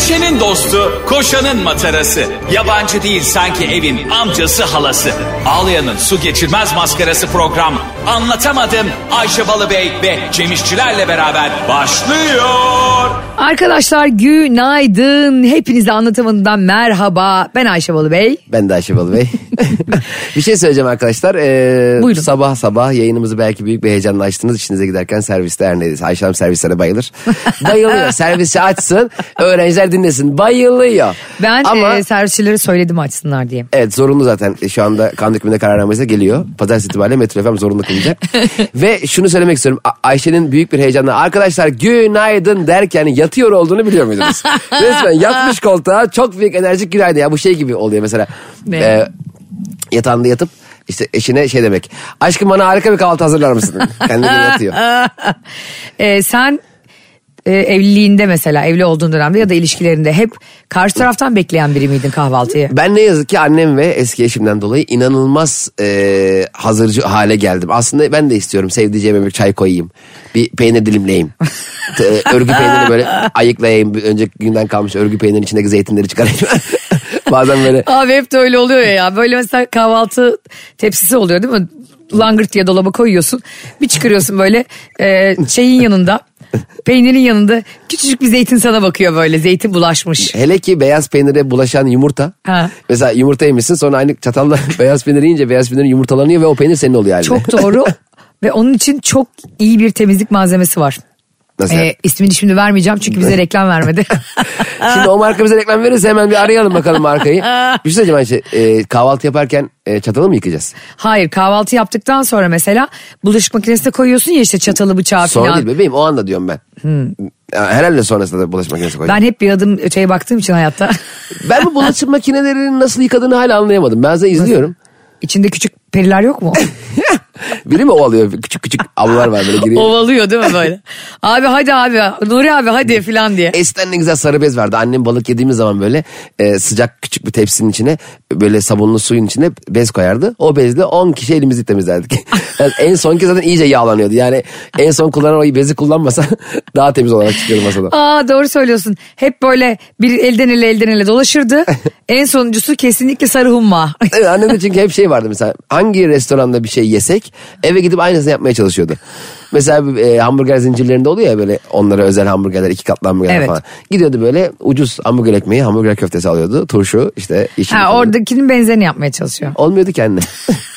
Düşenin dostu, koşanın matarası. Yabancı değil sanki evin amcası halası. Ağlayanın su geçirmez maskarası program. Anlatamadım Ayşe Balıbey ve Cemişçilerle beraber başlıyor. Arkadaşlar günaydın. Hepinize Anlatamadım'dan merhaba. Ben Ayşe Balıbey. Ben de Ayşe Balıbey. Bir şey söyleyeceğim arkadaşlar. Buyurun. Sabah sabah yayınımızı belki büyük bir heyecanla açtınız. İşinize giderken serviste her neyse. Ayşe Hanım servislere bayılır. Bayılıyor. Servisi açsın. Öğrenciler dinlesin. Bayılıyor. Ben servisçilere söyledim açsınlar diye. Evet, zorunlu zaten. Şu anda kanun hükmünde kararnamesi geliyor. Pazartesi itibariyle Metro FM zorunlu kılacak. Ve şunu söylemek istiyorum. Ayşe'nin büyük bir heyecanla arkadaşlar günaydın derken yatıyor olduğunu biliyor muydunuz? Resmen yatmış koltuğa, çok büyük enerjik günaydın. Ya bu şey gibi oluyor mesela. Yatağında yatıp işte eşine şey demek. Aşkım bana harika bir kahvaltı hazırlar mısın? Kendine yatıyor. Sen evliliğinde mesela, evli olduğun dönemde ya da ilişkilerinde hep karşı taraftan bekleyen biri miydin kahvaltıyı? Ben ne yazık ki annem ve eski eşimden dolayı inanılmaz hazırcı hale geldim. Aslında ben de istiyorum sevdiceğime bir çay koyayım. Bir peynir dilimleyeyim. Örgü peynirini böyle ayıklayayım. Önceki günden kalmış örgü peynirin içindeki zeytinleri çıkarayım. Bazen böyle. Abi hep de öyle oluyor ya. Böyle mesela kahvaltı tepsisi oluyor değil mi? Langırt diye dolaba koyuyorsun. Bir çıkarıyorsun böyle şeyin yanında. Peynirin yanında küçücük bir zeytin sana bakıyor böyle. Zeytin bulaşmış. Hele ki beyaz peynire bulaşan yumurta. Ha. Mesela yumurta yemişsin, sonra aynı çatalla beyaz peynir yiyince beyaz peynirin yumurtalanıyor ve o peynir senin oluyor haline. Çok doğru. Ve onun için çok iyi bir temizlik malzemesi var. Nasıl? İsmini şimdi vermeyeceğim çünkü bize reklam vermedi. Şimdi o marka bize reklam verirse hemen bir arayalım bakalım markayı. Bir şey söyleyeceğim Ayşe. Kahvaltı yaparken çatalı mı yıkayacağız? Hayır, kahvaltı yaptıktan sonra mesela bulaşık makinesine koyuyorsun ya işte çatalı bıçağı falan. Sonra değil bebeğim, o anda diyorum ben. Herhalde sonrasında da bulaşık makinesine koyacağım. Ben hep bir adım öteye baktığım için hayatta. Ben bu bulaşık makinelerinin nasıl yıkadığını hala anlayamadım. Ben zaten izliyorum. İçinde küçük periler yok mu? Biri mi ovalıyor? Küçük küçük ablalar var böyle giriyor. Ovalıyor değil mi böyle? Abi hadi abi, Nuri abi hadi falan diye. Eskiden ne güzel sarı bez vardı. Annem balık yediğimiz zaman böyle sıcak küçük bir tepsinin içine böyle sabunlu suyun içine bez koyardı. O bezle 10 kişi elimizi temizlerdik. Yani en son kez zaten iyice yağlanıyordu. Yani en son kullanan o bezi kullanmasa daha temiz olarak çıkıyordu masadan. Doğru söylüyorsun. Hep böyle bir elden ele dolaşırdı. En sonuncusu kesinlikle sarı humma. Evet, annemde çünkü hep şey vardı mesela. Hangi restoranda bir şey yesek eve gidip aynısını yapmaya çalışıyordu. Mesela hamburger zincirlerinde oluyor ya böyle onlara özel hamburgerler, 2 katlı hamburgerler evet. falan. Gidiyordu böyle ucuz hamburger ekmeği, hamburger köftesi alıyordu. Turşu işte. Oradakinin benzerini yapmaya çalışıyor. Olmuyordu ki anne.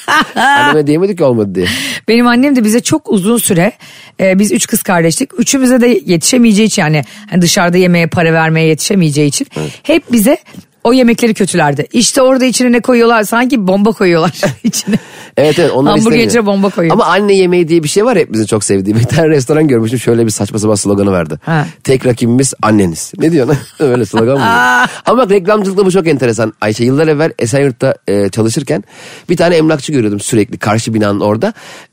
Anneme diyemedik ki olmadı diye. Benim annem de bize çok uzun süre biz 3 kız kardeştik. Üçümüze de yetişemeyeceği için yani dışarıda yemeğe para vermeye yetişemeyeceği için hep bize o yemekleri kötülerdi. İşte orada içine ne koyuyorlar? Sanki bomba koyuyorlar içine. Evet hamburger içine bomba koyuyor. Ama anne yemeği diye bir şey var hepimizin çok sevdiği. Bir tane restoran görmüştüm, şöyle bir saçma sapan sloganı vardı. Tek rakibimiz anneniz. Ne diyorsun? Öyle slogan mı? Ama bak reklamcılıkta bu çok enteresan. Ayşe, yıllar evvel Esenyurt'ta çalışırken bir tane emlakçı görüyordum sürekli karşı binanın orada.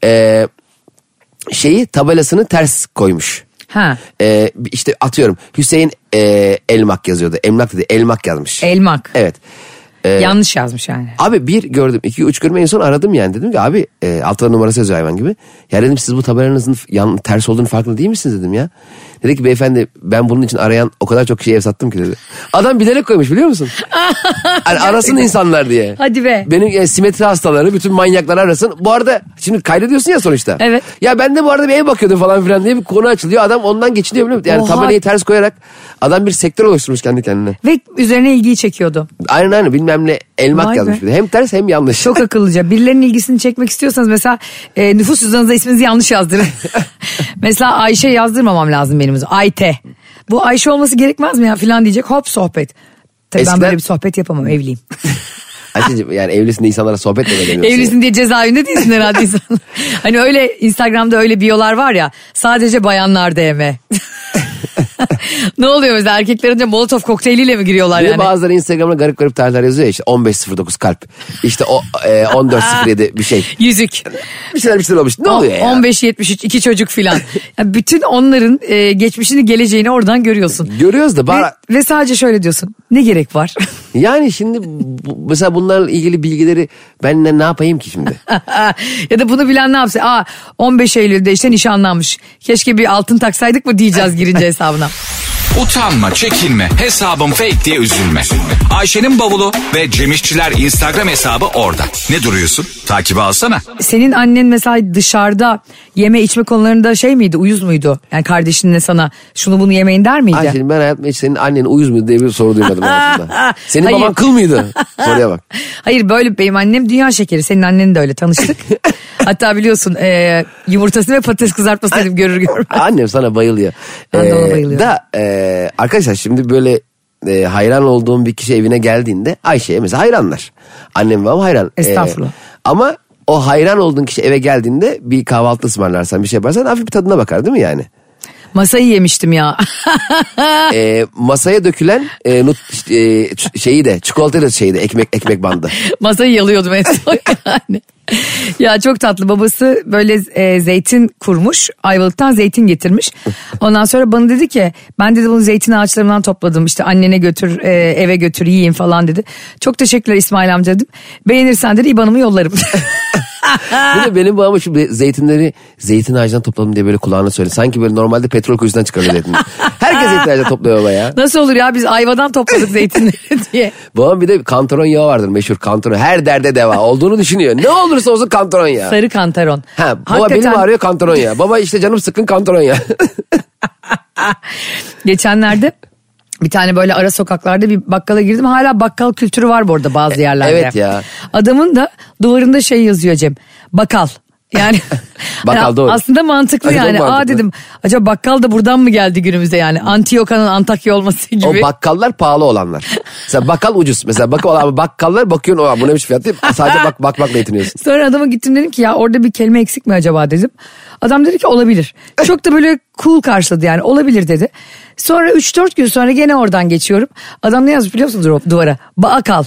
Tabelasını ters koymuş. İşte atıyorum Hüseyin Elmak yazıyordu. Emlak dedi, Elmak yazmış. Elmak. Evet. Yanlış yazmış yani. Abi 1 gördüm, 2, 3 gördüm, en son aradım yani. Dedim ki abi altta numarası yazıyor hayvan gibi. Ya dedim siz bu tabelanızın ters olduğunu farkında değil misiniz dedim ya. Dedi ki beyefendi ben bunun için arayan o kadar çok kişiye ev sattım ki dedi. Adam bilerek koymuş biliyor musun? Yani arasın insanlar diye. Hadi be. Benim simetri hastaları bütün manyaklar arasın. Bu arada şimdi kaydediyorsun ya sonuçta. Evet. Ya ben de bu arada bir ev bakıyordum falan filan diye bir konu açılıyor. Adam ondan geçiniyor biliyor musun? Yani tabelayı ters koyarak adam bir sektör oluşturmuş kendi kendine. Ve üzerine ilgiyi çekiyordu. Aynen bilmem ne Elmak yazmış bir de. Hem ters hem yanlış. Çok akıllıca. Birilerinin ilgisini çekmek istiyorsanız mesela nüfus cüzdanınıza isminizi yanlış yazdırın. Mesela Ayşe yazdırmamam lazım benim. Ayte. Bu Ayşe olması gerekmez mi ya falan diyecek. Hop sohbet. Tabii eskiden... ben böyle bir sohbet yapamam, evliyim. Ayşe'cim yani evlisin de insanlara sohbet mi edemiyorsun? Evlisin diye cezaevinde değilsin herhalde insan. Hani öyle Instagram'da öyle biyolar var ya, sadece bayanlar DM. Ne oluyor mesela, erkekler önce Molotov kokteyliyle mi giriyorlar yani? Bazıları Instagram'da garip garip tarihler yazıyor ya, işte 1509 kalp. İşte o 1407 bir şey. Yüzük. Bir şeyler olmuş. Ne oluyor ya? 1573 2 çocuk filan. Yani bütün onların geçmişini geleceğini oradan görüyorsun. Görüyoruz da ve sadece şöyle diyorsun. Ne gerek var? Yani şimdi mesela bunlarla ilgili bilgileri ben ne yapayım ki şimdi? Ya da bunu bilen ne yapsa? 15 Eylül'de işte nişanlanmış. Keşke bir altın taksaydık mı diyeceğiz girince hesabına. Utanma, çekinme, hesabım fake diye üzülme. Ayşe'nin bavulu ve Cemişçiler Instagram hesabı orada. Ne duruyorsun? Takibi alsana. Senin annen mesela dışarıda yeme içme konularında şey miydi, uyuz muydu? Yani kardeşinle sana şunu bunu yemeyin der miydi? Ayşe'nin ben hayatımda hiç senin annen uyuz muydu diye bir soru duymadım hayatımda. Senin Hayır. baban kıl mıydı? Soruya bak. Hayır, böyle benim annem dünya şekeri. Senin annen de öyle, tanıştık. Hatta biliyorsun yumurtası ve patates kızartması dedim görür görmez. Annem sana bayılıyor. Ben de ona bayılıyorum. Arkadaşlar şimdi böyle hayran olduğum bir kişi evine geldiğinde Ayşe'ye mesela hayranlar. Annem babam hayran. Estağfurullah. Ama o hayran olduğun kişi eve geldiğinde bir kahvaltı ısmarlarsan bir şey yaparsan hafif bir tadına bakar değil mi yani? Masayı yemiştim ya. Masaya dökülen çikolatayla şeyi de ekmek bandı. Masayı yalıyordum en son yani. Ya çok tatlı, babası böyle zeytin kurmuş, Ayvalık'tan zeytin getirmiş. Ondan sonra bana dedi ki ben dedi bunu zeytin ağaçlarından topladım, işte annene götür eve götür yiyin falan dedi. Çok teşekkürler İsmail amca dedim. Beğenirsen dedi IBAN'ımı yollarım. Bir de benim babam şimdi zeytinleri zeytin ağacından topladım diye böyle kulağına söyle. Sanki böyle normalde petrol kuyusundan çıkarıyor zeytinleri. Herkes zeytin ağacından topluyor baba ya. Nasıl olur ya, biz ayvadan topladık zeytinleri diye. Babam bir de kantaron yağı vardır, meşhur kantaron. Her derde deva olduğunu düşünüyor. Ne olursa olsun kantaron yağı. Sarı kantaron. Ha, baba Hakikaten... benim ağrıyor kantaron yağı. Baba işte canım sıkkın kantaron yağı. Geçenlerde bir tane böyle ara sokaklarda bir bakkala girdim. Hala bakkal kültürü var bu arada bazı yerlerde. Evet ya. Adamın da duvarında şey yazıyor Cem. Bakkal. Yani Bakkal doğru. Aslında mantıklı Ay, yani. mantıklı. Dedim acaba bakkal da buradan mı geldi günümüzde yani? Antiyoka'nın Antakya olması gibi. O bakkallar pahalı olanlar. Mesela bakkal ucuz. Mesela bakkallar bakıyorsun bu neymiş fiyat değil. Sadece bakmakla yetiniyorsun. Sonra adama gittim, dedim ki ya orada bir kelime eksik mi acaba dedim. Adam dedi ki olabilir. Çok da böyle cool karşıladı yani, olabilir dedi. Sonra 3-4 gün sonra gene oradan geçiyorum. Adam ne yazmış biliyor musunuz duvara? Bakkal.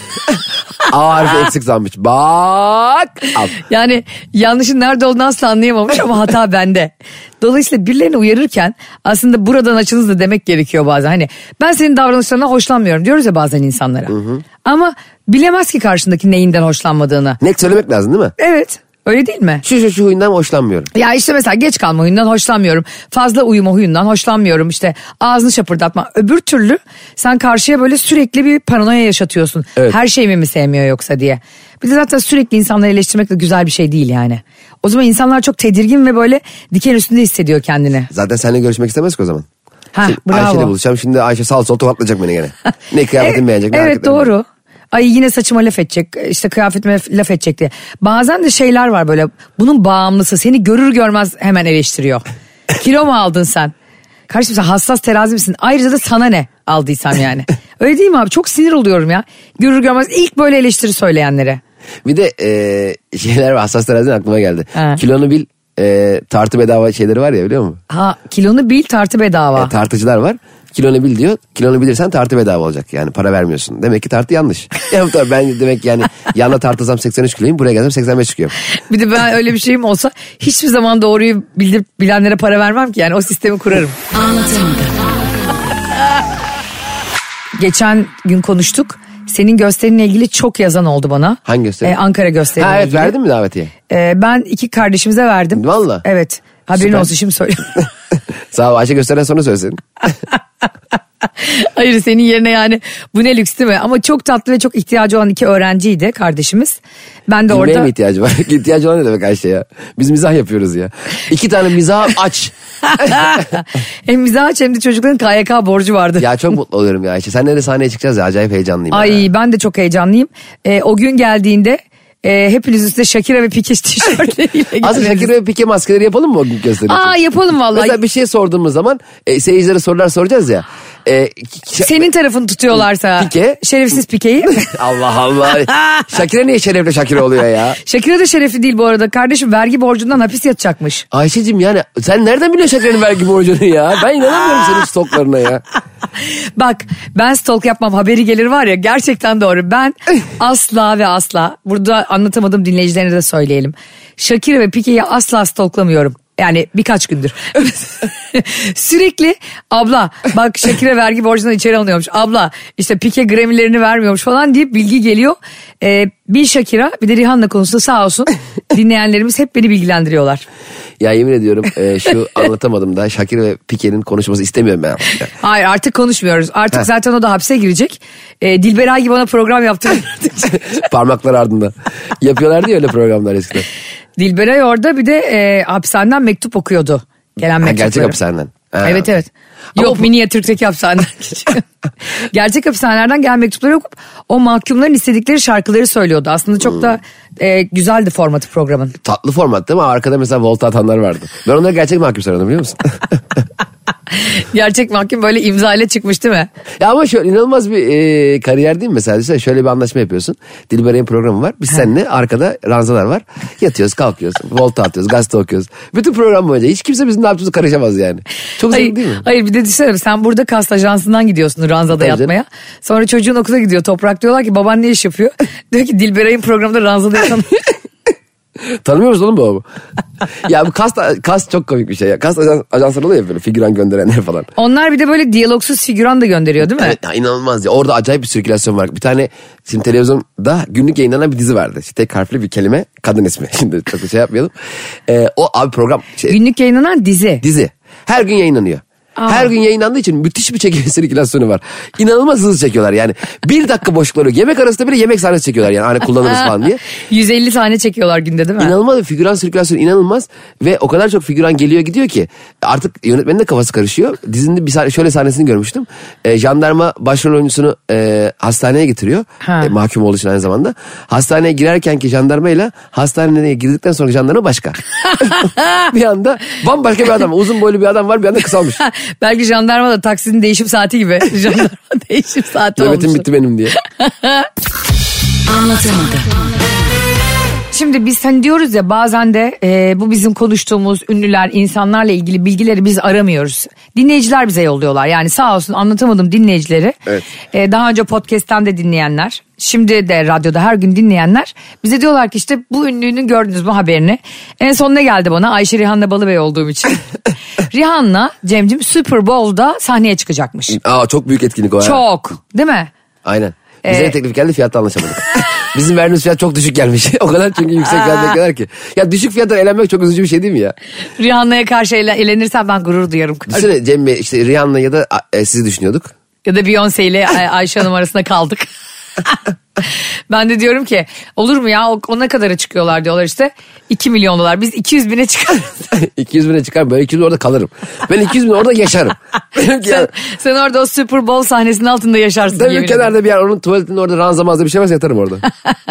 A harfi eksik sanmış. Bak. Al. Yani yanlışın nerede olduğunu asla anlayamamış ama hata bende. Dolayısıyla birilerini uyarırken aslında buradan açınız da demek gerekiyor bazen. Hani ben senin davranışlarına hoşlanmıyorum diyoruz ya bazen insanlara. Ama bilemez ki karşındaki neyinden hoşlanmadığını. Net söylemek lazım değil mi? Evet. Öyle değil mi? Şu huyundan hoşlanmıyorum. Ya işte mesela geç kalma huyundan hoşlanmıyorum. Fazla uyuma huyundan hoşlanmıyorum. İşte ağzını şapırdatma. Öbür türlü sen karşıya böyle sürekli bir paranoya yaşatıyorsun. Evet. Her şeyimi mi sevmiyor yoksa diye. Bir de zaten sürekli insanları eleştirmek de güzel bir şey değil yani. O zaman insanlar çok tedirgin ve böyle diken üstünde hissediyor kendini. Zaten seninle görüşmek istemez ki o zaman. Ha, Şimdi bravo. Ayşe'yle buluşacağım. Şimdi Ayşe sağ sol tokatlayacak beni gene. Ne kıyafetimi beğenecek ne Evet hareketlerimi doğru. Ay yine saçıma laf edecek, işte kıyafetime laf edecek diye. Bazen de şeyler var böyle, bunun bağımlısı, seni görür görmez hemen eleştiriyor. Kilo mu aldın sen? Kardeşim sen hassas terazi misin? Ayrıca da sana ne aldıysam yani. Öyle değil mi abi? Çok sinir oluyorum ya. Görür görmez ilk böyle eleştiri söyleyenlere. Bir de şeyler var, hassas terazinin aklıma geldi. Ha. Kilonu bil, tartı bedava şeyleri var ya, biliyor musun? Ha, kilonu bil tartı bedava. Tartıcılar var. Kilonu bil diyor. Kilonu bilirsen tartı bedava olacak. Yani para vermiyorsun. Demek ki tartı yanlış. Ya tabii ben demek yani yana tartılsam 83 kiloyum. Buraya gelsem 85 çıkıyorum. Bir de ben öyle bir şeyim olsa hiçbir zaman doğruyu bilenlere para vermem ki. Yani o sistemi kurarım. Geçen gün konuştuk. Senin gösterinle ilgili çok yazan oldu bana. Hangi gösteri? Ankara gösterinle Ha evet, ilgili. verdin mi davetiye? Ben 2 kardeşimize verdim. Valla. Evet. Haberin Süper. olsun şimdi söyleyeyim. Sağ ol, Ayşe gösteren sonra söylesin. Hayır, senin yerine yani bu ne lüks değil mi? Ama çok tatlı ve çok ihtiyacı olan 2 öğrenciydi kardeşimiz. Ben de Gülmeye orada... mi ihtiyacı var? İhtiyacı olan ne demek Ayşe ya? Biz mizah yapıyoruz ya. 2 tane mizah aç. Hem mizah hem de çocukların KYK borcu vardı. Ya çok mutlu oluyorum ya Ayşe. Seninle de sahneye çıkacağız ya, acayip heyecanlıyım. Ay ya. ben de çok heyecanlıyım. O gün geldiğinde hepiniz üstüne Shakira ve Pike tişörtleriyle Aslında gelmeniz. Shakira ve Pike maskeleri yapalım mı o gün gösteri için? Aa yapalım vallahi. Mesela bir şey sorduğumuz zaman seyircilere sorular soracağız ya. Senin tarafını tutuyorlarsa Pike. şerefsiz Pike'yi. Allah Allah. Shakira niye şerefli Shakira oluyor ya? Shakira da şerefli değil bu arada. Kardeşim vergi borcundan hapis yatacakmış. Ayşe'cim yani sen nereden biliyorsun Shakira'nın vergi borcunu ya? Ben inanamıyorum senin stoklarına ya. Bak ben stalk yapmam, haberi gelir var ya, gerçekten doğru. Ben asla ve asla, burada anlatamadığım dinleyicilerine de söyleyelim. Shakira ve Pike'yi asla stalklamıyorum. Yani birkaç gündür. Sürekli abla bak Shakira vergi borcundan içeri alınıyormuş. Abla işte Pique Grammy'lerini vermiyormuş falan deyip bilgi geliyor. Bir Shakira bir de Rihanna konusunda sağ olsun dinleyenlerimiz hep beni bilgilendiriyorlar. Ya yemin ediyorum şu anlatamadım da Shakira ve Pique'nin konuşması istemiyorum ben. Hayır artık konuşmuyoruz. Artık zaten o da hapse girecek. Dilberay gibi ona program yaptırıyor. Parmaklar ardında. Yapıyorlardı ya öyle programlar eskiden. Dilberay orada bir de hapishaneden mektup okuyordu. Gelen mektupları. Gerçek hapishaneden. Evet evet. Yok Minyatürk'teki hapishaneden geçiyor. Gerçek hapishanelerden gelen mektupları okup o mahkumların istedikleri şarkıları söylüyordu. Aslında çok da güzeldi formatı programın. Tatlı format değil mi? Arkada mesela volta atanlar vardı. Ben onları gerçek mahkum sanıyordum biliyor musun? Gerçek mahkum böyle imza ile çıkmış değil mi? Ya ama şöyle inanılmaz bir kariyer değil mi mesela? Şöyle bir anlaşma yapıyorsun. Dilberay'ın programı var. Biz seninle arkada ranzalar var. Yatıyoruz, kalkıyoruz. Volta atıyoruz, gazete okuyoruz. Bütün program boyunca hiç kimse bizim ne yaptığımızı karışamaz yani. Çok zevkli değil mi? Hayır bir de düşünsene sen burada kast ajansından gidiyorsun ranzada Tabii yatmaya. Canım. Sonra çocuğun okula gidiyor. Toprak diyorlar ki baban ne iş yapıyor? Diyor ki Dilberay'ın programında ranzada yatan. Tanımıyor musun oğlum babamı? Ya bu kast çok komik bir şey ya. Kast ajansları oluyor ya böyle figüran gönderenler falan. Onlar bir de böyle diyalogsuz figüran da gönderiyor değil mi? Evet ya, inanılmaz ya. Orada acayip bir sirkülasyon var. Bir tane şimdi televizyonda günlük yayınlanan bir dizi vardı. İşte tek harfli bir kelime kadın ismi. Şimdi çok şey yapmayalım. O abi program. Günlük yayınlanan dizi. Dizi. Her gün yayınlanıyor. Her gün yayınlandığı için müthiş bir çekim sirkülasyonu var. İnanılmaz hızlı çekiyorlar yani. 1 dakika boşlukları yok. Yemek arasında bile yemek sahnesi çekiyorlar yani. Hani kullanırız falan diye. 150 tane çekiyorlar günde değil mi? İnanılmaz bir figüran sirkülasyonu inanılmaz. Ve o kadar çok figüran geliyor gidiyor ki. Artık yönetmenin de kafası karışıyor. Dizinin şöyle sahnesini görmüştüm. Jandarma başrol oyuncusunu hastaneye getiriyor. Mahkum olduğu için aynı zamanda. Hastaneye girerken ki jandarmayla hastaneye girdikten sonra jandarma başka. Bir anda bambaşka bir adam. Uzun boylu bir adam var bir anda kısalmış. Belki jandarma da taksinin değişim saati gibi. Jandarma değişim saati olmuş. Nöbetim bitti benim diye. Anlatamadım. Şimdi biz hani diyoruz ya bazen de bu bizim konuştuğumuz ünlüler, insanlarla ilgili bilgileri biz aramıyoruz. Dinleyiciler bize yolluyorlar. Yani sağ olsun anlatamadım dinleyicileri. Evet. Daha önce podcast'ten de dinleyenler, şimdi de radyoda her gün dinleyenler bize diyorlar ki işte bu ünlünün gördünüz mü haberini. En son ne geldi bana? Ayşe Rihanna Balıbey olduğum için. Rihanna Cem'cim Super Bowl'da sahneye çıkacakmış. Çok büyük etkinlik o ya. Çok değil mi? Aynen. Bize de teklif geldi fiyatta anlaşamadık. Bizim verdiğimiz fiyat çok düşük gelmiş. O kadar çünkü yüksek fiyat bekliyorlar ki. Ya düşük fiyattan eğlenmek çok üzücü bir şey değil mi ya? Rihanna'ya karşı eğlenirsen ben gurur duyarım. Düşünsene Cem Bey işte Rihanna ya da sizi düşünüyorduk. Ya da Beyoncé ile Ayşe Hanım arasında kaldık. Ben de diyorum ki olur mu ya o ne kadara çıkıyorlar diyorlar işte 2 milyon dolar biz 200 bine çıkarız. 200 bine çıkar ben 200 bin orada kalırım. Ben 200 bin orada yaşarım. sen orada o Super Bowl sahnesinin altında yaşarsın. Tabii kenarda bir yer onun tuvaletinin orada ranzamazda bir şey varsa yatarım orada.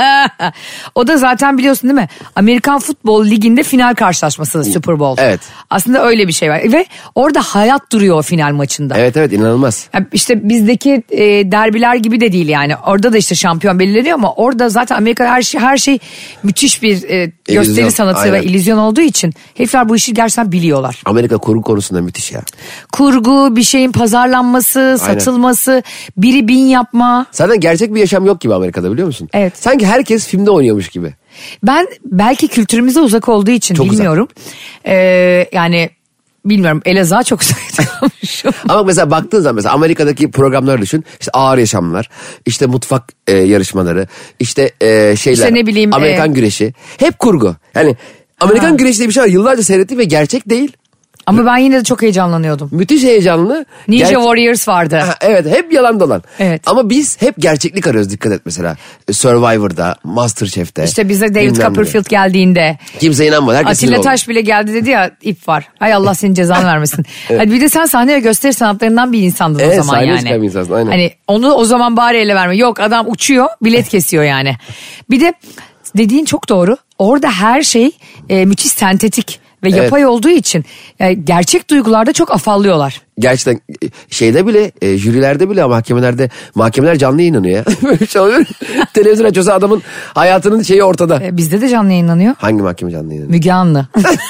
O da zaten biliyorsun değil mi? Amerikan Futbol Ligi'nde final karşılaşması Super Bowl. Evet. Aslında öyle bir şey var ve orada hayat duruyor o final maçında. Evet inanılmaz. Yani işte bizdeki derbiler gibi de değil yani. Orada da işte şampiyon belirleniyor ama orada zaten Amerika her şey müthiş bir gösteri sanatı aynen. Ve illüzyon olduğu için herifler bu işi gerçekten biliyorlar. Amerika kurgu konusunda müthiş ya. Kurgu, bir şeyin pazarlanması, satılması, aynen. Biri bin yapma. Zaten gerçek bir yaşam yok gibi Amerika'da biliyor musun? Evet. Sanki herkes filmde oynuyormuş gibi. Ben belki kültürümüze uzak olduğu için çok bilmiyorum. Yani bilmiyorum Elazığ'a çok uzak. Ama mesela baktığın zaman mesela Amerika'daki programları düşün. İşte ağır yaşamlar, işte mutfak yarışmaları, işte şeyler. İşte ne bileyim. Amerikan güreşi. Hep kurgu. Yani Amerikan güreşi diye bir şey var. Yıllarca seyrettim ve gerçek değil. Ama ben yine de çok heyecanlanıyordum. Müthiş heyecanlı. Ninja Warriors vardı. Evet hep yalan dolan. Evet. Ama biz hep gerçeklik arıyoruz dikkat et mesela. Survivor'da, Masterchef'te. İşte bize David Copperfield geldiğinde. Kimse inanmadı. Atilla Taş bile geldi dedi ya ip var. Hay Allah senin cezanı vermesin. Evet. Hadi bir de sen sahne ve gösteri sanatlarından bir insandın o zaman yani. Evet sahne bir insansın aynen. Hani onu o zaman bari ele verme. Yok adam uçuyor bilet kesiyor yani. Bir de dediğin çok doğru. Orada her şey müthiş sentetik. Ve yapay olduğu için gerçek duygularda çok afallıyorlar. Gerçekten şeyde bile jürilerde bile mahkemeler canlı yayınlanıyor ya. Böyle bir şey oluyor. Televizyon açıyorsa adamın hayatının şeyi ortada. Bizde de canlı yayınlanıyor. Hangi mahkeme canlı yayınlanıyor? Müge Anlı.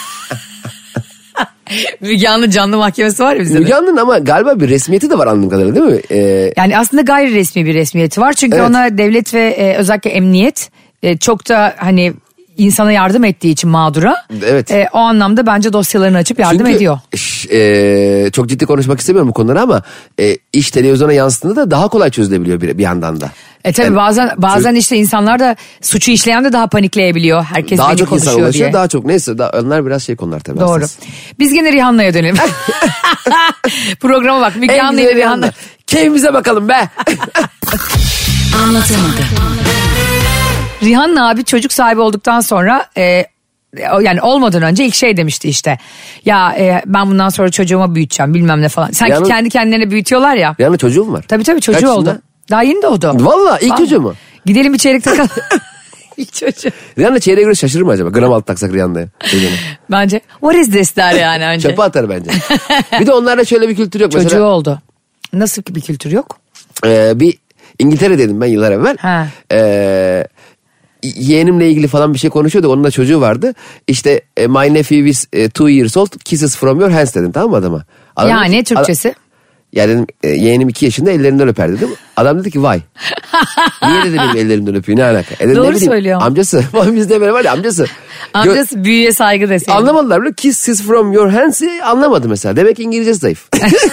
Müge Anlı canlı mahkemesi var ya bizde. Müge Anlı'nın ama galiba bir resmiyeti de var anladığım kadarıyla değil mi? Yani aslında gayri resmi bir resmiyeti var. Çünkü ona devlet ve özellikle emniyet çok da hani insana yardım ettiği için mağdura. Evet. O anlamda bence dosyalarını açıp yardım ediyor. Çok ciddi konuşmak istemiyorum bu konuları ama iş televizyona yansıtığında da daha kolay çözülebiliyor bir yandan da. Tabii yani, bazen işte insanlar da suçu işleyen de daha panikleyebiliyor. Herkes daha beni çok konuşuyor insan ulaşıyor, diye. daha çok neyse onlar biraz konular tabii. Doğru. Hassas. Biz gene Rihanna'ya dönelim. Programa bak. Müge Anlı ile Rihanna. Keyfimize bakalım be. Anlatamadım. Rihanna abi çocuk sahibi olduktan sonra yani olmadan önce ilk şey demişti işte. Ya ben bundan sonra çocuğuma büyüteceğim bilmem ne falan. Sanki kendi kendilerine büyütüyorlar ya. Rihanna'nın çocuğu mu var? Tabii çocuğu Kaç oldu. yaşında? Daha yeni doğdu. Valla ilk çocuğu mu? Gidelim bir çeyrek takalım. İlk çocuğu. Rihanna çeyreğe göre şaşırır mı acaba? Gram altı taksak Rihanna'ya. Bence what is this der yani önce. Çöpe atar bence. Bir de onlarda şöyle bir kültür yok. Çocuğu mesela, oldu. Nasıl bir kültür yok? Bir İngiltere'deydim ben yıllar evvel. Ha. Yeğenimle ilgili falan bir şey konuşuyordu. Onun da çocuğu vardı. İşte my nephew is 2 years old. Kisses from your hands dedim, tamam mı adama? Adam Yani dedi ki, Türkçesi? Ya dedim yeğenim 2 yaşında, ellerinden öper dedim. Adam dedi ki vay. Niye dedi benim ellerimden öpüyor, ne alaka? Dedim, Doğru ne bileyim, söylüyor. amcası. Bizde böyle var ya, amcası. Amcası büyüye saygı deseydi. Anlamadılar bile. Kisses from your hands'i anlamadı mesela. Demek ki İngilizcesi zayıf.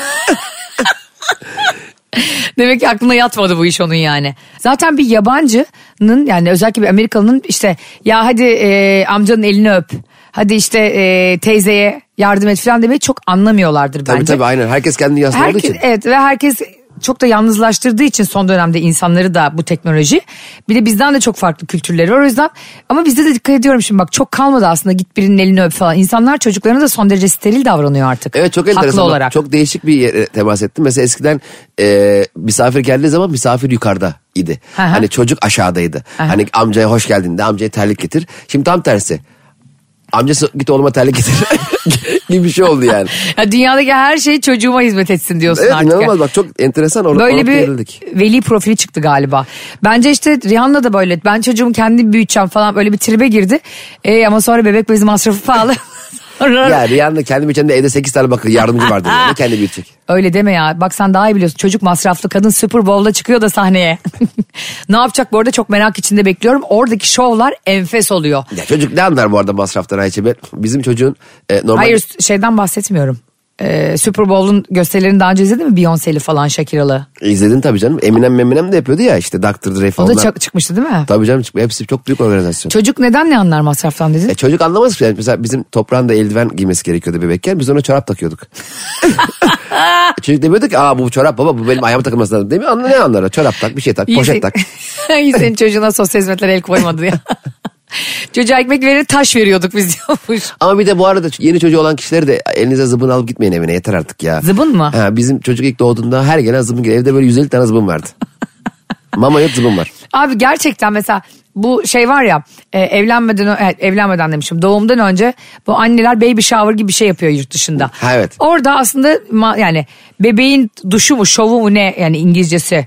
Demek ki aklına yatmadı bu iş onun yani. Zaten bir yabancının, yani özellikle bir Amerikalının işte ya hadi amcanın elini öp. Hadi işte teyzeye yardım et falan demeyi çok anlamıyorlardır bence. Tabii aynen. Herkes kendini yansıttığı için. Evet, ve herkes çok da yalnızlaştırdığı için son dönemde insanları da bu teknoloji. Bir de bizden de çok farklı kültürleri var o yüzden. Ama bizde de dikkat ediyorum şimdi, bak çok kalmadı aslında git birinin elini öp falan. İnsanlar çocuklarına da son derece steril davranıyor artık. Evet, çok enteresan. Haklı olarak. Çok değişik bir yere temas ettim. Mesela eskiden misafir geldiği zaman misafir yukarıda idi. Aha. Hani çocuk aşağıdaydı. Aha. Hani amcaya hoş geldin de amcaya terlik getir. Şimdi tam tersi. Amcası git oğluma terlik getir gibi bir şey oldu yani. Ya dünyadaki her şey çocuğuma hizmet etsin diyorsun Evet, artık. inanılmaz bak, çok enteresan. Böyle bir veli profili çıktı galiba. Bence işte Rihanna da böyle. Ben çocuğumu kendim büyüteceğim falan, böyle bir tribe girdi. Ama sonra bebek bezi masrafı pahalı. Ya Rihanna kendi içinde evde 8 tane bakır yardımcı vardı. Yani. Kendi büyütecek. Öyle deme ya. Bak sen daha iyi biliyorsun. Çocuk masraflı, kadın Super Bowl'da çıkıyor da sahneye. Ne yapacak bu arada, çok merak içinde bekliyorum. Oradaki şovlar enfes oluyor. Ya çocuk ne anlar bu arada masraftan Ayşe? Bizim çocuğun normal... Hayır, şeyden bahsetmiyorum. Super Bowl'un gösterilerini daha önce izledin mi? Beyoncé'li falan, Shakira'lı. İzledin tabii canım. Eminem de yapıyordu ya işte, Dr. Dre falan. O da çıkmıştı değil mi? Tabii canım, hepsi çok büyük organizasyon. Çocuk neden ne anlar masraftan dedin? Çocuk anlamaz ki. Yani mesela bizim toprağında eldiven giymesi gerekiyordu bebekken. Biz ona çorap takıyorduk. Çocuk demiyordu ki bu çorap baba, bu benim ayağıma takılması lazım. Demiyor, ne anlar? Çorap tak, bir şey tak, poşet tak. İyi senin çocuğuna sosyal hizmetler el koymadı ya. Çocuğa ekmek verir, taş veriyorduk biz diyormuş. Ama bir de bu arada yeni çocuğu olan kişileri de elinize zıbın alıp gitmeyin evine, yeter artık ya. Zıbın mı? Bizim çocuk ilk doğduğunda her gelen zıbın geliyor. Evde böyle 150 tane zıbın vardı. Mama yok, zıbın var. Abi gerçekten mesela bu şey var ya, evlenmeden demişim, doğumdan önce bu anneler baby shower gibi bir şey yapıyor yurt dışında. Ha, evet. Orada aslında yani bebeğin duşu mu şovu mu ne, yani İngilizcesi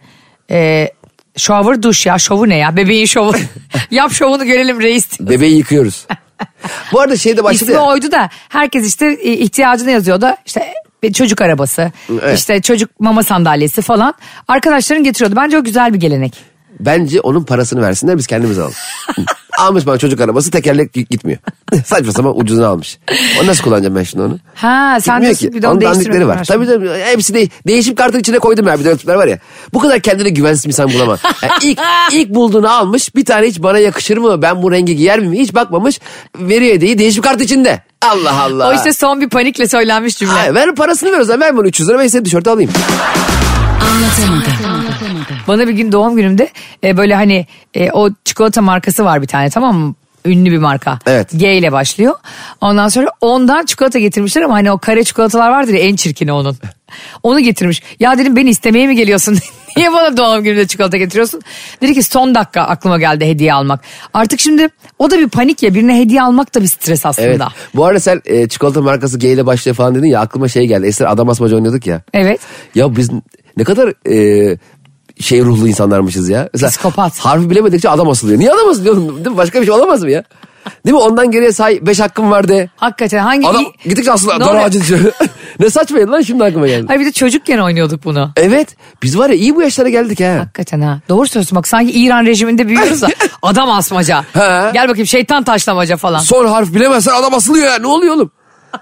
shower duş ya, şovu ne ya, bebeğin şovu. Yap şovunu görelim reis. Bebeği yıkıyoruz. Bu arada şeyde başladı İsmi oydu da herkes işte ihtiyacını yazıyor da işte çocuk arabası, evet. işte çocuk mama sandalyesi falan arkadaşların getiriyordu. Bence o güzel bir gelenek. Bence onun parasını versinler, biz kendimiz alalım. Almış bana çocuk arabası, tekerlek gitmiyor. Saçma sapan ucuzunu almış. O nasıl kullanacağım ben şimdi onu? Ha sen de bir de onu dandikleri var. Tabii hepsi de değişim kartın içine koydum ya, bir de öyle tipler var ya. Bu kadar kendine güvensiz bir insan bulamam. Yani ilk bulduğunu almış, bir tane hiç bana yakışır mı, ben bu rengi giyer miyim hiç bakmamış, veriyor hediyeyi değişim kartı içinde. Allah Allah. O işte son bir panikle söylenmiş cümle. Hayır, ver parasını ver o zaman, ver bunu 300 lira, ben senin tişörtü alayım. Anlatamadım. Bana bir gün doğum günümde böyle hani o çikolata markası var bir tane, tamam mı? Ünlü bir marka. Evet. G ile başlıyor. Ondan sonra ondan çikolata getirmişler ama hani o kare çikolatalar vardır ya, en çirkini onun. Onu getirmiş. Ya dedim, beni istemeye mi geliyorsun? Niye bana doğum günümde çikolata getiriyorsun? Dedi ki son dakika aklıma geldi hediye almak. Artık şimdi o da bir panik ya, birine hediye almak da bir stres aslında. Evet. Bu arada sen çikolata markası G ile başlıyor falan dedin ya, aklıma şey geldi. Eskiden adam asmaca oynuyorduk ya. Evet. Ya biz ne kadar ruhlu insanlarmışız ya. Mesela psikopat. Harfi bilemedikçe adam asılıyor. Niye adam asılıyor? Değil mi? Başka bir şey olamaz mı ya? Değil mi? Ondan geriye say 5 hakkım var de. Hakikaten hangi... Adam gittikçe asılıyor. Dar ağacı düşüyor. Ne saçmaydı lan, şimdi aklıma geldi. Hayır bir de çocukken oynuyorduk bunu. Evet. Biz var ya iyi bu yaşlara geldik ha. Hakikaten ha. Doğru söylüyorsun bak, sanki İran rejiminde büyüyoruz da adam asmaca. Ha. Gel bakayım şeytan taşlamaca falan. Son harf bilemezsen adam asılıyor ya. Ne oluyor oğlum?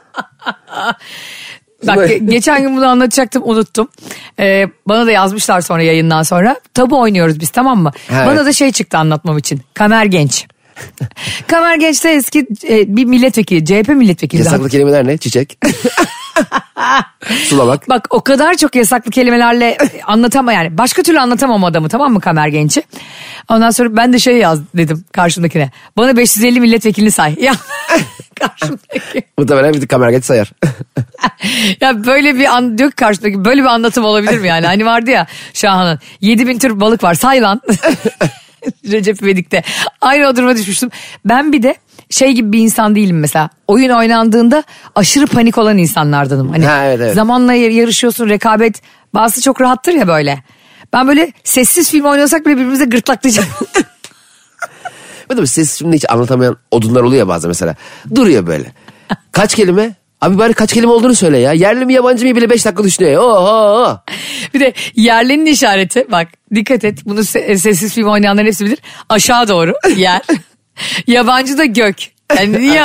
Bak geçen gün bunu anlatacaktım, unuttum. Bana da yazmışlar sonra, yayından sonra. Tabu oynuyoruz biz, tamam mı? Evet. Bana da şey çıktı anlatmam için. Kamer Genç. Kamer Genç'te eski bir milletvekili, CHP milletvekili. Yasaklı kelimeler ne? Çiçek. Sulamak. Bak o kadar çok yasaklı kelimelerle anlatamam yani. Başka türlü anlatamam adamı, tamam mı, Kamer Genç'i? Ondan sonra ben de şey yaz dedim karşımdakine. Bana 550 milletvekilini say. Ya karşımdaki. Muhtemelen bir kamera geç sayar. Ya böyle bir diyor ki karşımdaki, böyle bir anlatım olabilir mi yani? Hani vardı ya Şahan'ın 7000 tür balık var say lan. Recep İvedik'te. Aynı o duruma düşmüştüm. Ben bir de şey gibi bir insan değilim mesela. Oyun oynandığında aşırı panik olan insanlardanım. Hani evet. zamanla yarışıyorsun, rekabet. Bazısı çok rahattır ya böyle. Ben böyle sessiz film oynasak bile birbirimize gırtlaklayacağım. Böyle sessiz filmde hiç anlatamayan odunlar oluyor ya bazen mesela. Duruyor böyle. Kaç kelime? Abi bari kaç kelime olduğunu söyle ya. Yerli mi yabancı mı bile 5 dakika düşünüyor ya. Oho. Bir de yerlinin işareti, bak dikkat et, bunu sessiz film oynayanların hepsi bilir. Aşağı doğru yer. Yabancı da gök. Yani niye?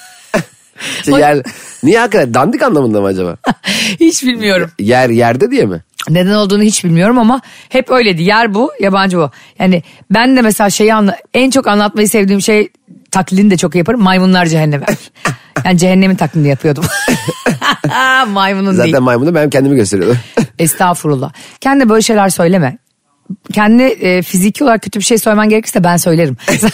Niye hakikaten dandik anlamında mı acaba? Hiç bilmiyorum. Yerde diye mi? Neden olduğunu hiç bilmiyorum ama hep öyleydi. Yer bu, yabancı bu. Yani ben de mesela en çok anlatmayı sevdiğim şey, taklidini de çok yaparım. Maymunlar cehenneme. Yani cehennemin taklidini yapıyordum. Maymunun Zaten değil. Zaten maymun da ben kendimi gösteriyordum. Estağfurullah. Kendine böyle şeyler söyleme. Kendine fiziki olarak kötü bir şey söylemen gerekirse ben söylerim.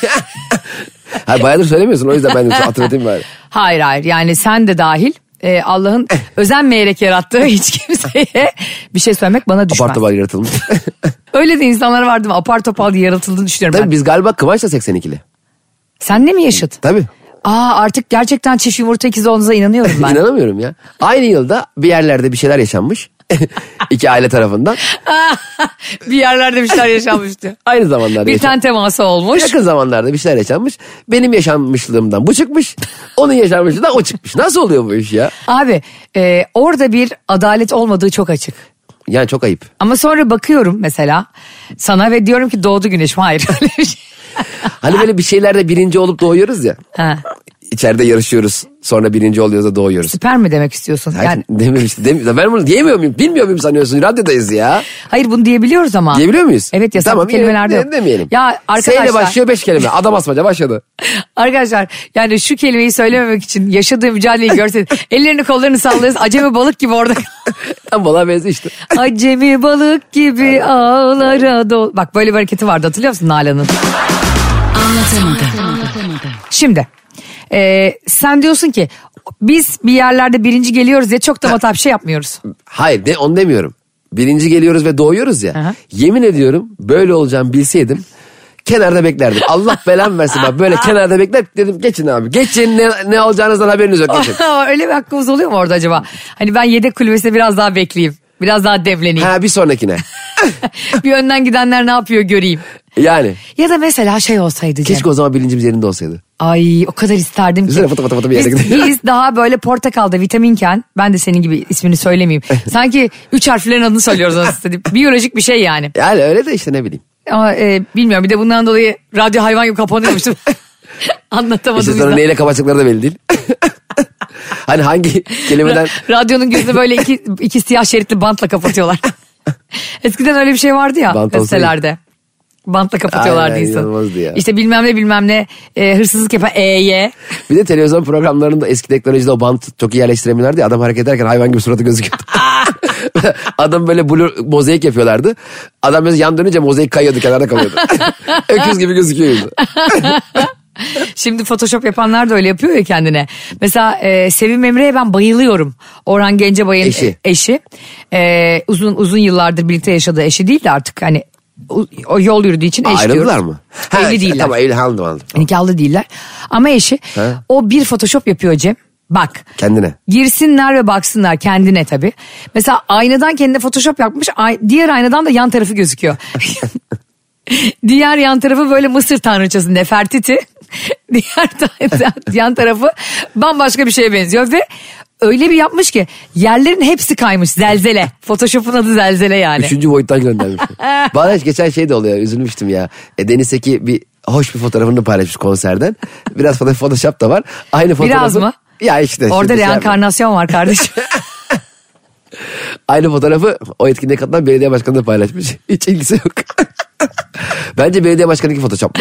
Hayır, bayağıdır söylemiyorsun, o yüzden ben de hatırlatayım bari. Hayır yani sen de dahil. Allah'ın özenmeyerek yarattığı hiç kimseye bir şey söylemek bana düşmez. Apar topar yaratılmış. Öyle de insanlar vardı mı? Apar topar yaratıldığını düşünüyorum Tabii ben. biz galiba Kıvanç'la 82'li. Sen de mi yaşıt? Tabii. Artık gerçekten çift yumurta ikizi olduğunuza inanıyorum ben. İnanamıyorum ya. Aynı yılda bir yerlerde bir şeyler yaşanmış. İki aile tarafından. Bir yerlerde bir şeyler yaşanmıştı. Aynı zamanlarda Bir ten teması olmuş. Yakın zamanlarda bir şeyler yaşanmış. Benim yaşanmışlığımdan bu çıkmış. Onun yaşanmışlığından o çıkmış. Nasıl oluyor bu iş ya? Abi orada bir adalet olmadığı çok açık. Yani çok ayıp. Ama sonra bakıyorum mesela sana ve diyorum ki doğdu güneşim. Hayır öyle bir şey. Hani böyle bir şeylerde birinci olup doğuyoruz ya. Ha. İçeride yarışıyoruz. Sonra birinci oluyoruz da doğuyoruz. Süper mi demek istiyorsun? Hayır, Yani, dememiştim. Ben bunu diyemiyor muyum? Bilmiyor muyum sanıyorsun? Radyodayız ya. hayır bunu diyebiliyoruz ama. Diyebiliyor muyuz? Evet, yasaklı tamam, kelimelerde yok. Demeyelim. Ya arkadaşlar. S ile başlıyor 5 kelime. Adam asmaca başladı. Arkadaşlar yani şu kelimeyi söylememek için yaşadığı mücadeleyi görseniz. Ellerini kollarını sallıyoruz. Acemi balık gibi orada. Tam balığa benziyor işte. Acemi balık gibi ağlara dol. Bak böyle bir hareketi vardı, hatırlıyor musun Nalan'ın? Anlatamadım. Şimdi sen diyorsun ki biz bir yerlerde birinci geliyoruz diye çok da matah bir şey yapmıyoruz. Hayır onu demiyorum. Birinci geliyoruz ve doğuyoruz ya. Aha. Yemin ediyorum böyle olacağımı bilseydim kenarda beklerdim. Allah belamı versin bak, böyle kenarda bekler dedim, geçin abi. Geçin, ne olacağınızdan haberiniz yok, geçin. Öyle bir hakkımız oluyor mu orada acaba? Hani ben yedek kulübesinde biraz daha bekleyeyim. Biraz daha demleneyim. Ha, bir sonrakine. Bir önden gidenler ne yapıyor göreyim. Yani. Ya da mesela şey olsaydı Cem. Keşke o zaman bilincimiz yerinde olsaydı. Ay o kadar isterdim ki. Üzerine fıtı fıtı bir yere gidiyor. Biz daha böyle portakalda vitaminken, ben de senin gibi ismini söylemeyeyim. Sanki 3 harflerin adını söylüyoruz aslında. Biyolojik bir şey yani. Yani öyle de işte, ne bileyim. Ama bilmiyorum, bir de bundan dolayı radyo hayvan gibi kapanıyormuştum. Anlatamadım. İşte sonra neyle kapatacakları da belli değil. Hani hangi kelimeden... Radyonun gözünü böyle iki siyah şeritli bantla kapatıyorlar. Eskiden öyle bir şey vardı ya gazetelerde. Bantla kapatıyorlardı Aynen, insanı. inanılmazdı ya. İşte bilmem ne hırsızlık yapan EY. Bir de televizyon programlarında eski teknolojide o bant çok iyi yerleştiremiyorlardı ya. Adam hareket ederken hayvan gibi suratı gözüküyordu. Adam böyle blur mozaik yapıyorlardı. Adam mesela yan dönünce mozaik kayıyordu, kenarda kalıyordu. Öküz gibi gözüküyor yüzü. Şimdi Photoshop yapanlar da öyle yapıyor ya kendine. Mesela Sevim Emre'ye ben bayılıyorum. Orhan Gencebay'ın eşi. Uzun yıllardır birlikte yaşadığı eşi değil de artık hani o yol yürüdüğü için eş diyoruz. Ayrıldılar mı? Evli değiller. Tamam, evli, anladım. Nikahlı değiller. Ama eşi o bir Photoshop yapıyor Cem. Bak. Kendine. Girsinler ve baksınlar kendine tabii. Mesela aynadan kendine Photoshop yapmış. Diğer aynadan da yan tarafı gözüküyor. Diğer yan tarafı böyle Mısır tanrıçası Nefertiti. Diğer yan tarafı bambaşka bir şeye benziyor ve öyle bir yapmış ki yerlerin hepsi kaymış, zelzele. Photoshop'un adı zelzele yani. 3. boyuttan göndermiş. Bana geçen şey de oluyor, üzülmüştüm ya. Deniz Seki bir hoş bir fotoğrafını paylaşmış konserden. Biraz Photoshop da var. Aynı fotoğrafı. Biraz mı? Ya işte. Orada reenkarnasyon var kardeşim. Aynı fotoğrafı o etkinliğe katılan belediye başkanı da paylaşmış. Hiç ilgisi yok. Bence belediye başkanı Photoshop.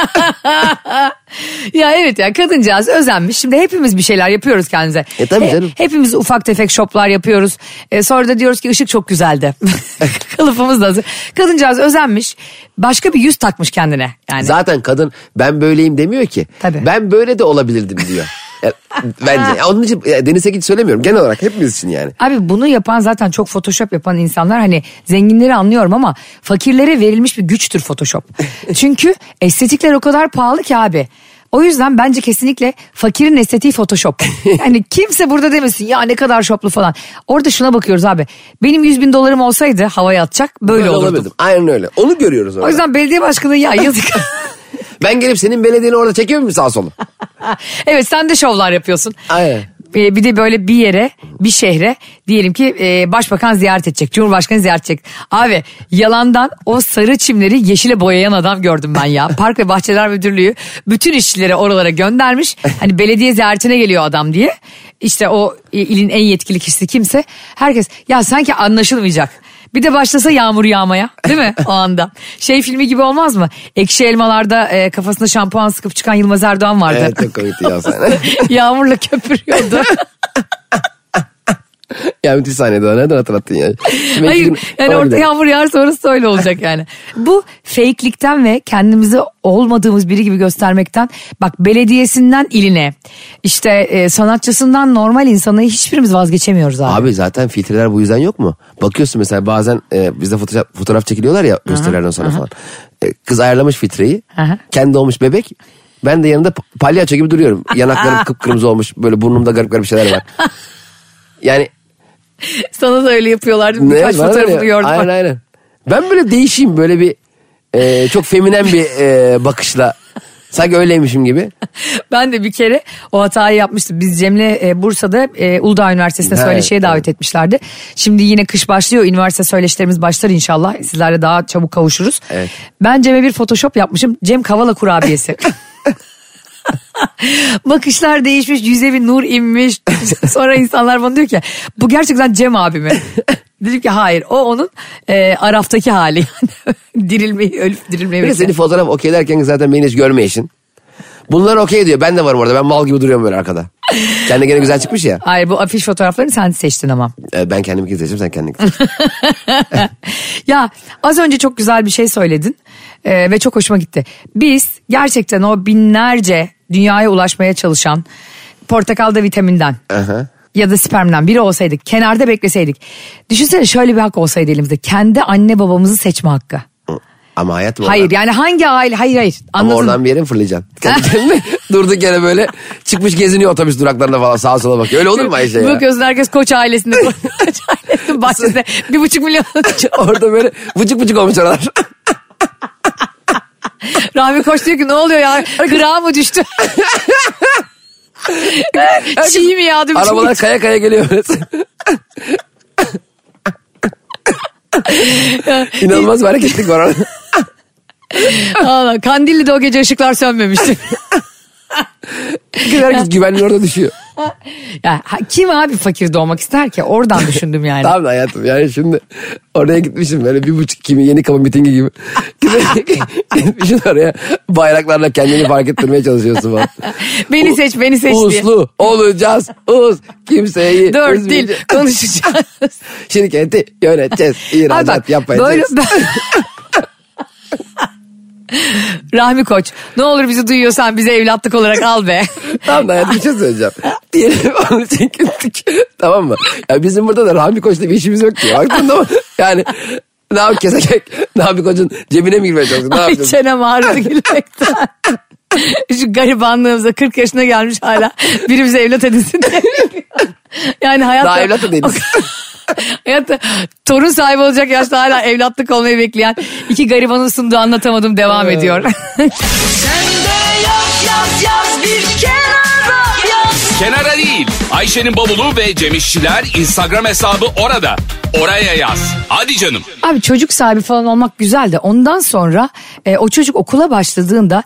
Ya evet ya, kadıncağız özenmiş. Şimdi hepimiz bir şeyler yapıyoruz kendimize. Tabii canım. Hepimiz ufak tefek şoplar yapıyoruz. Sonra da diyoruz ki ışık çok güzeldi. Kılıfımız da hazır. Kadıncağız özenmiş. Başka bir yüz takmış kendine. Yani. Zaten kadın ben böyleyim demiyor ki. Tabii. Ben böyle de olabilirdim diyor. Bence. Onun için Deniz Seki'yi söylemiyorum. Genel olarak hepimiz için yani. Abi bunu yapan, zaten çok Photoshop yapan insanlar, hani zenginleri anlıyorum ama fakirlere verilmiş bir güçtür Photoshop. Çünkü estetikler o kadar pahalı ki abi. O yüzden bence kesinlikle fakirin estetiği Photoshop. Yani kimse burada demesin ya ne kadar şoplu falan. Orada şuna bakıyoruz abi. Benim 100.000 dolarım olsaydı havaya atacak böyle olurdum. Olabilirdim. Aynen öyle. Onu görüyoruz orada. O yüzden belediye başkanı ya yazık. Ben gelip senin belediyeni orada çekiyor muyum sağ solu? Evet, sen de şovlar yapıyorsun. Aynen. Bir de böyle bir yere, bir şehre diyelim ki başbakan ziyaret edecek, cumhurbaşkanı ziyaret edecek. Abi yalandan o sarı çimleri yeşile boyayan adam gördüm ben ya. Park ve Bahçeler Müdürlüğü bütün işçileri oralara göndermiş. Hani belediye ziyaretine geliyor adam diye. İşte o ilin en yetkili kişisi kimse. Herkes ya sanki anlaşılmayacak. Bir de başlasa yağmur yağmaya, değil mi o anda? Şey filmi gibi olmaz mı? Ekşi Elmalar'da kafasına şampuan sıkıp çıkan Yılmaz Erdoğan vardı. Evet, çok komikti ya sen. Yağmurla köpürüyordu. Ya müthiş sahneydi o. Nereden hatırlattın ya? Hayır yani orada yağmur yağarsa orası öyle olacak yani. Bu fake'likten ve kendimizi olmadığımız biri gibi göstermekten, bak belediyesinden iline, işte sanatçısından normal insanı hiçbirimiz vazgeçemiyoruz abi. Abi zaten filtreler bu yüzden yok mu? Bakıyorsun mesela bazen bizde fotoğraf çekiliyorlar ya gösterilerden sonra falan. Kız ayarlamış filtreyi. Kendi olmuş bebek. Ben de yanında palyaço gibi duruyorum. Yanaklarım kıpkırmızı olmuş. Böyle burnumda garip garip şeyler var. Yani sana da öyle yapıyorlardı. Birkaç fotoğrafını gördüm. Aynen. Ben böyle değişeyim, böyle bir çok feminen bir bakışla. Sanki öyleymişim gibi. Ben de bir kere o hatayı yapmıştım. Biz Cem'le Bursa'da Uludağ Üniversitesi'ne söyleşiye davet etmişlerdi. Şimdi yine kış başlıyor. Üniversite söyleşilerimiz başlar inşallah. Sizlerle daha çabuk kavuşuruz. Evet. Ben Cem'e bir Photoshop yapmışım. Cem Kavala kurabiyesi. Bakışlar değişmiş, yüze bir nur inmiş. Sonra insanlar bana diyor ki bu gerçekten Cem abi mi? Dedim ki hayır, o onun Araf'taki hali yani. Dirilmeyi, ölüp dirilmeyi. Bir seni fotoğraf okey derken zaten beni hiç görmeyişin. Bunlar okey diyor, ben de varım orada, ben mal gibi duruyorum böyle arkada. Kendi gene güzel çıkmış ya. Hayır, bu afiş fotoğraflarını sen seçtin ama. Ben kendimi seçtim, sen kendini seçtin. Ya az önce çok güzel bir şey söyledin ve çok hoşuma gitti. Biz gerçekten o binlerce dünyaya ulaşmaya çalışan portakalda vitaminden ya da spermden biri olsaydık, kenarda bekleseydik. Düşünsene şöyle bir hak olsaydı elimizde, kendi anne babamızı seçme hakkı. Ama hayat mı? Hayır yani hangi aile, hayır anladın. Ama oradan bir yere mi fırlayacaksın? Kendini durduk yere böyle çıkmış geziniyor otobüs duraklarında falan, sağa sola bakıyor. Öyle olur mu Ayşe ya? Bakıyorsun herkes Koç ailesinde. Koç ailesinin bahçesinde 1,5 milyon. Orada böyle vıcık olmuş oralar. Rahmi Koç diyor ki ne oluyor ya? Gırağı mı düştü? Çiğ mi yağdı? Arabalar kaya kaya geliyor. İnanılmaz bir hareketlik var orada. Allah, Kandilli'de o gece ışıklar sönmemişti. Herkes güvenliği orada düşüyor. Ya, kim abi fakir doğmak ister ki? Oradan düşündüm yani. Tamam hayatım, yani şimdi oraya gitmişim böyle 1,5 kimi yeni kapı mitingi gibi. Gitmişsin oraya bayraklarla kendini fark ettirmeye çalışıyorsun falan. Beni seç diye. Uslu olacağız. Kimseyi 4 dil konuşacağız. Şirketi yöneteceğiz. İhracat yapacağız. Böyle... Rahmi Koç, ne olur bizi duyuyorsan bize evlatlık olarak al be. Tamam da hayatım, bir şey söyleyeceğim. Diyelim onu çekildik. Tamam mı? Ya bizim burada da Rahmi Koç'la bir işimiz yok ki. Baktın mı? Yani ne yap kesek? Rahmi Koç'un cebine mi girmeye çalışıyorsun? Ne yapıyorsun? Ay çenem ağrıdı gülmekten. Şu garibanlığımıza 40 yaşına gelmiş hala biri bize evlat edinsin diye. Yani hayatta... Daha evlat da değiliz. Hayatta torun sahibi olacak yaşta hala evlatlık olmayı bekleyen iki garibanın sunduğu Anlatamadım devam ediyor. Sen de yaz bir kenara yaz. kenara değil. Ayşe'nin bavulu ve Cemişçiler Instagram hesabı orada. Oraya yaz. Hadi canım. Abi çocuk sahibi falan olmak güzel de ondan sonra o çocuk okula başladığında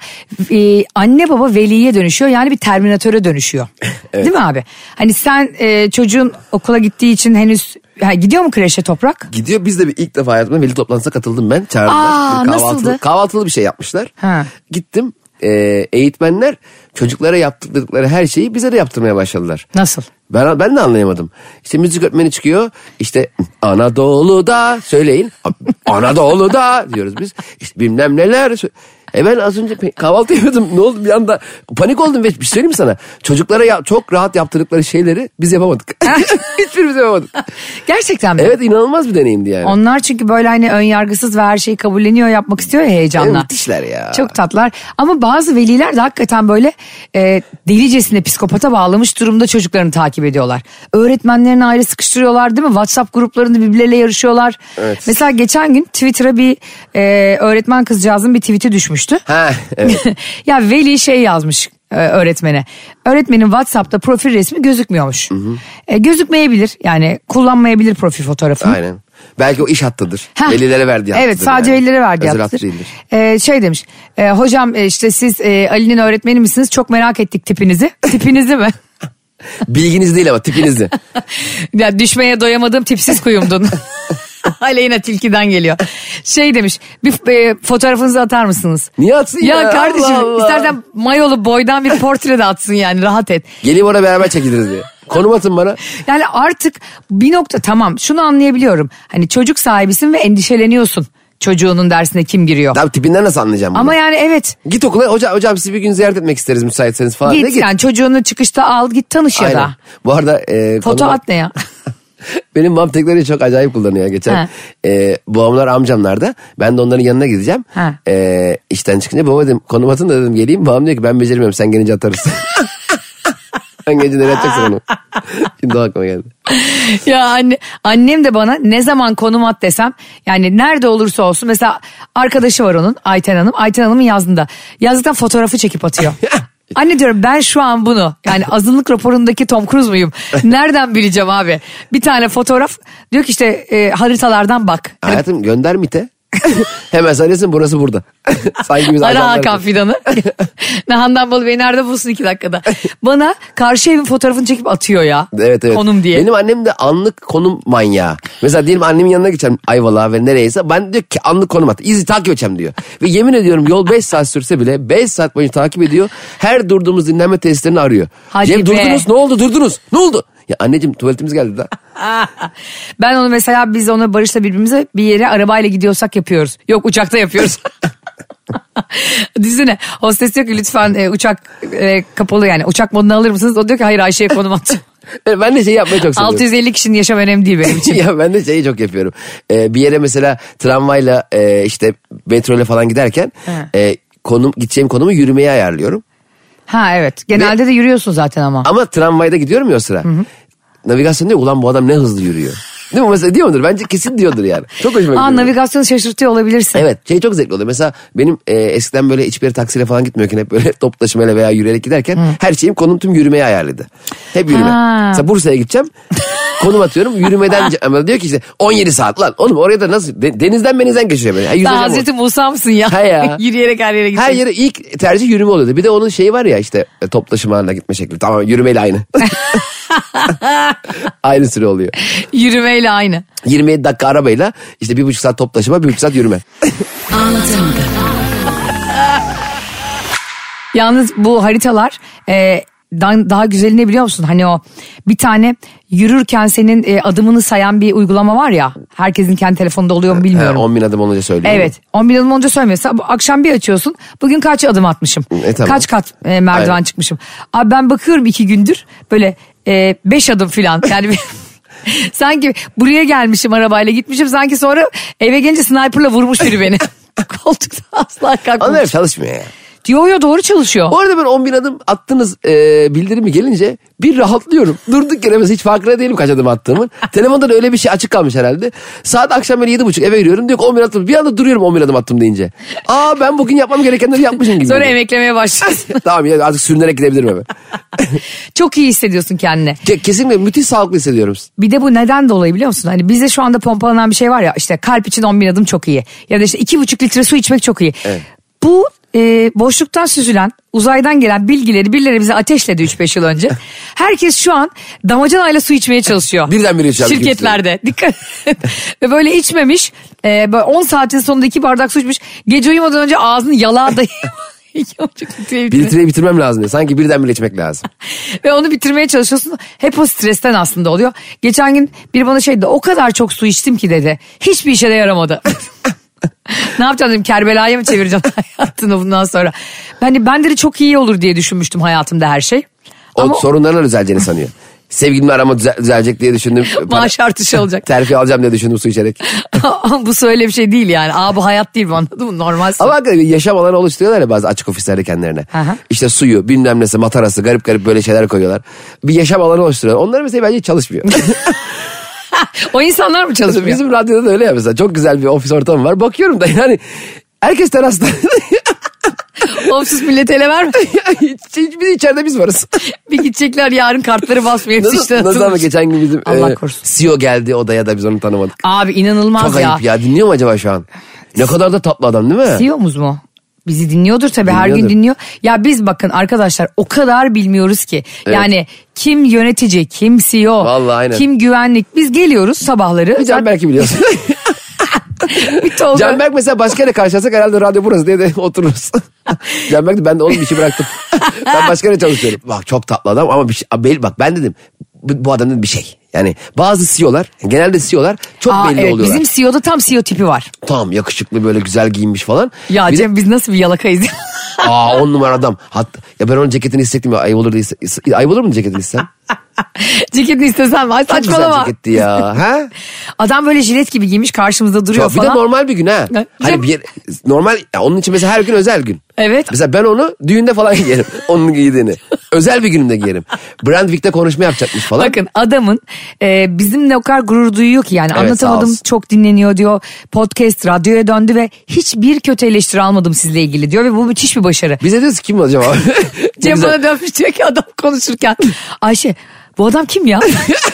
anne baba veliye dönüşüyor. Yani bir terminatöre dönüşüyor. Evet. Değil mi abi? Hani sen çocuğun okula gittiği için henüz... gidiyor mu kreşe Toprak? Gidiyor. Biz de ilk defa hayatımda veli toplantısına katıldım ben. Çağırdılar. Nasıldı? Kahvaltılı bir şey yapmışlar. Ha. Gittim. Eğitmenler çocuklara yaptıkları her şeyi bize de yaptırmaya başladılar. Nasıl? Ben de anlayamadım. İşte müzik öğretmeni çıkıyor. İşte Anadolu'da söyleyin. Anadolu'da diyoruz biz. İşte bilmem neler. Ben az önce kahvaltı yapıyordum. Ne oldu bir anda? Panik oldum ve bir şey söyleyeyim mi sana? Çocuklara çok rahat yaptırdıkları şeyleri biz yapamadık. Hiçbirimiz yapamadık. Gerçekten mi? Evet, inanılmaz bir deneyimdi yani. Onlar çünkü böyle hani ön yargısız ve her şeyi kabulleniyor, yapmak istiyor ya, heyecanla. Müthişler ya. Çok tatlılar. Ama bazı veliler de hakikaten böyle delicesine psikopata bağlamış durumda çocuklarını takip ediyorlar. Öğretmenlerini ayrı sıkıştırıyorlar değil mi? WhatsApp gruplarında birbirleriyle yarışıyorlar. Evet. Mesela geçen gün Twitter'a bir öğretmen kızcağızın bir tweet'i düşmüştü. Ha, evet. Ya veli şey yazmış öğretmene. Öğretmenin WhatsApp'ta profil resmi gözükmüyormuş. Gözükmeyebilir, yani kullanmayabilir profil fotoğrafını. Aynen. Belki o iş hattıdır. Velilere verdiği hattıdır. Evet, sadece yani. Velilere verdiği hattıdır. Özel hat değildir. Şey demiş, hocam işte siz Ali'nin öğretmeni misiniz? Çok merak ettik tipinizi. Tipinizi mi? Bilginiz değil ama tipinizi. Ya düşmeye doyamadığım tipsiz kuyumdun. Aleyna Tilki'den geliyor. Şey demiş, bir fotoğrafınızı atar mısınız? Niye atsın ya? Ya kardeşim, Allah Allah. istersen mayolu boydan bir portre de atsın, yani rahat et. Geleyim ona beraber çekiliriz diye. Konum atın bana. Yani artık bir nokta, tamam, şunu anlayabiliyorum. Hani çocuk sahibisin ve endişeleniyorsun. Çocuğunun dersine kim giriyor? Tabii tipinden nasıl anlayacağım bunu? Ama yani evet. Git okula, hocam sizi bir gün ziyaret etmek isteriz müsaitseniz falan. Git yani, çocuğunu çıkışta al git, tanış ya da. Bu arada foto at ne ya? Benim babam teknolojiyi çok acayip kullanıyor geçen. Babamlar amcamlarda. Ben de onların yanına gideceğim. İşten çıkınca baba dedim konum atın da dedim geleyim. Babam diyor ki ben beceremiyorum, sen gelince atarız. Sen gelince nereye atacaksın onu? Şimdi o aklıma geldi. Ya annem de bana ne zaman konum at desem, yani nerede olursa olsun, mesela arkadaşı var onun, Ayten Hanım. Ayten Hanım'ın yazdığında. Yazdıktan fotoğrafı çekip atıyor. Anne diyorum, ben şu an bunu, yani azınlık raporundaki Tom Cruise muyum? Nereden bileceğim abi? Bir tane fotoğraf, diyor ki işte haritalardan bak. Hayatım gönder MİT'e. Hemen söylüyorsun, burası burada. Sanki biz ara Hakan Fidan'ı. Handan Balı Bey nerede bulsun 2 dakikada. Bana karşı evin fotoğrafını çekip atıyor ya. Evet. Konum diye. Benim annem de anlık konum manyağı. Mesela diyelim annemin yanına geçeceğim Ayvalık'a ve nereyse, ben diyor ki anlık konum at. İzi takip edeceğim diyor. Ve yemin ediyorum yol 5 saat sürse bile 5 saat boyunca takip ediyor. Her durduğumuz dinlenme tesislerini arıyor. Hadi Cem be. durdunuz, ne oldu, durdunuz, ne oldu? Ya anneciğim tuvaletimiz geldi da. Ben onu mesela, biz onu Barış'la birbirimize bir yere arabayla gidiyorsak yapıyoruz. Yok, uçakta yapıyoruz. Düşünsene, hostes diyor ki lütfen uçak kapalı, yani uçak moduna alır mısınız? O diyor ki hayır, Ayşe'ye konum at. Ben de şey yapmayı çok seviyorum. 650 kişinin yaşam önemli değil benim için. Ya ben de şeyi çok yapıyorum. Bir yere mesela tramvayla işte metroyla falan giderken gideceğim konumu yürümeye ayarlıyorum. Ha evet, genelde de yürüyorsun zaten ama. Ama tramvayda gidiyorum ya o sıra. Navigasyon diyor, ulan bu adam ne hızlı yürüyor. Değil mi? Mesela diyor mudur? Bence kesin diyordur yani. Çok hoşuma gidiyor. Navigasyonu şaşırtıyor olabilirsin. Evet, şey çok zevkli oluyor. Mesela benim eskiden böyle hiçbir yere taksiyle falan gitmiyorken, hep böyle toplu taşımayla veya yürüyerek giderken her şeyim konum tüm yürümeye ayarladı. Hep yürüme. Mesela Bursa'ya gideceğim. Konum atıyorum, yürümeden ama diyor ki işte 17 saat lan. Oğlum oraya da nasıl denizden geçiyor böyle. Sen Hazreti Musa mısın ya? He ya. Yürüyerek her yere gideceksin. Her yere ilk tercih yürüme oluyordu. Bir de onun şeyi var ya, işte toplu taşımayla gitme şekli. Tamam, yürümeyle aynı. Aynı süre oluyor. Yürümeyle aynı. 27 dakika arabayla, işte 1,5 saat toplu taşıma, 1,5 saat yürüme. Anlatamadım. Yalnız bu haritalar daha güzeli ne biliyor musun? Hani o bir tane yürürken senin adımını sayan bir uygulama var ya. Herkesin kendi telefonunda oluyor mu bilmiyorum. 10.000 adım olunca söylüyor. Evet, 10.000 adım olunca söylemiyor. Akşam bir açıyorsun. Bugün kaç adım atmışım? Tamam. Kaç kat merdiven Aynen. çıkmışım? Abi ben bakıyorum 2 gündür böyle 5 adım falan. Yani sanki buraya gelmişim arabayla, gitmişim. Sanki sonra eve gelince sniperla vurmuş biri beni. Koltukta asla kalkmamış. Onlar çalışmıyor ya. Yo doğru çalışıyor. Bu arada ben 10.000 adım attınız bildirimi gelince bir rahatlıyorum. Durduk yere mesela hiç farkında değilim kaç adım attığımın. Telefonda da öyle bir şey açık kalmış herhalde. Saat akşam böyle 7.30 eve giriyorum. Diyor ki 10.000 attım. Bir anda duruyorum 10.000 adım attım deyince. Ben bugün yapmam gerekenleri yapmışım gibi. Sonra emeklemeye başlıyorsun. Tamam ya artık sürünerek gidebilirim eve. Çok iyi hissediyorsun kendini. Kesinlikle müthiş sağlıklı hissediyorum. Bir de bu neden dolayı biliyor musun? Hani bizde şu anda pompalanan bir şey var ya, işte kalp için 10.000 adım çok iyi. Ya da işte 2,5 litre su içmek çok iyi. Evet. Bu boşluktan süzülen, uzaydan gelen bilgileri birileri bize ateşledi 3-5 yıl önce. Herkes şu an damacanayla su içmeye çalışıyor. Birdenbire içer. Şirketlerde. Dikkat. Ve böyle içmemiş. Böyle 10 saatin sonunda 2 bardak su içmiş. Gece uyumadan önce ağzını yalağa dayıyor. 2,5 litreyi Bir litreyi bitirmem lazım diyor. Sanki birdenbire içmek lazım. Ve onu bitirmeye çalışıyorsun. Hep o stresten aslında oluyor. Geçen gün biri bana şey dedi, o kadar çok su içtim ki dedi. Hiçbir işe de yaramadı. Ne yapacağım dedim, Kerbela'ya mı çevireceğim hayatını bundan sonra. Ben de çok iyi olur diye düşünmüştüm hayatımda her şey. O Ama sorunlarına düzeleceğini sanıyor. Sevgilimle arama düzelecek diye düşündüm. maaş artışı olacak. Terfi alacağım diye düşündüm su içerek. Bu öyle bir şey değil yani. Bu hayat değil, anladın mı? Normal. Ama hakikaten yaşam alanı oluşturuyorlar ya bazı açık ofislerde kendilerine. Aha. İşte suyu, bilmem nesi, matarası, garip garip böyle şeyler koyuyorlar. Bir yaşam alanı oluşturuyorlar. Onlar mesela bence çalışmıyor. O insanlar mı çalışmıyor? Bizim radyoda da öyle ya mesela. Çok güzel bir ofis ortamı var. Bakıyorum da yani herkes terasta. Ofis millete ele verme. Biz içeride biz varız. Bir gidecekler yarın kartları basmıyor. Nasıl ama geçen gün bizim CEO geldi odaya da biz onu tanımadık. Abi inanılmaz çok ya. Çok ayıp ya. Dinliyor mu acaba şu an? Ne kadar da tatlı adam değil mi? CEO'muz mu? Bizi dinliyordur tabii, her gün dinliyor. Ya biz bakın arkadaşlar o kadar bilmiyoruz ki. Evet. Yani kim yönetici, kim CEO, vallahi aynen. Kim güvenlik. Biz geliyoruz sabahları. Bir Can belki biliyorsun. Canberk mesela başka yere karşılasak herhalde radyo burası diye de otururuz. Canberk de ben de onun işi bıraktım. Ben başka yere çalışıyorum. Bak çok tatlı adam ama bir şey, bak ben dedim bu adamın bir şey. Yani bazı CEO'lar, genelde CEO'lar çok belli evet, oluyorlar. Bizim CEO'da tam CEO tipi var. Tam yakışıklı böyle güzel giyinmiş falan. Ya bir Cem biz nasıl bir yalakayız? 10 numara adam. Ya ben onun ceketini hissettim ya, ayıp olur diye. Ayıp olur mu ceketini istesem? Ceketini istesem mi? Saçmalama. Çok güzel ceketti ya. Ha? Adam böyle jilet gibi giymiş karşımızda duruyor falan. Bir de normal bir gün ha. Hani normal ya, onun için mesela her gün özel gün. Evet. Mesela ben onu düğünde falan giyerim. Onun giydiğini. Özel bir günümde giyerim. Brandwick'te konuşma yapacakmış falan. Bakın adamın bizimle o kadar gurur duyuyor ki yani, evet, anlatamadım çok dinleniyor diyor. Podcast radyoya döndü ve hiçbir kötü eleştiri almadım sizle ilgili diyor ve bu müthiş bir başarı. Bize diyoruz kim acaba? Cem bana dönmüş diyor ki adam konuşurken. Ayşe bu adam kim ya?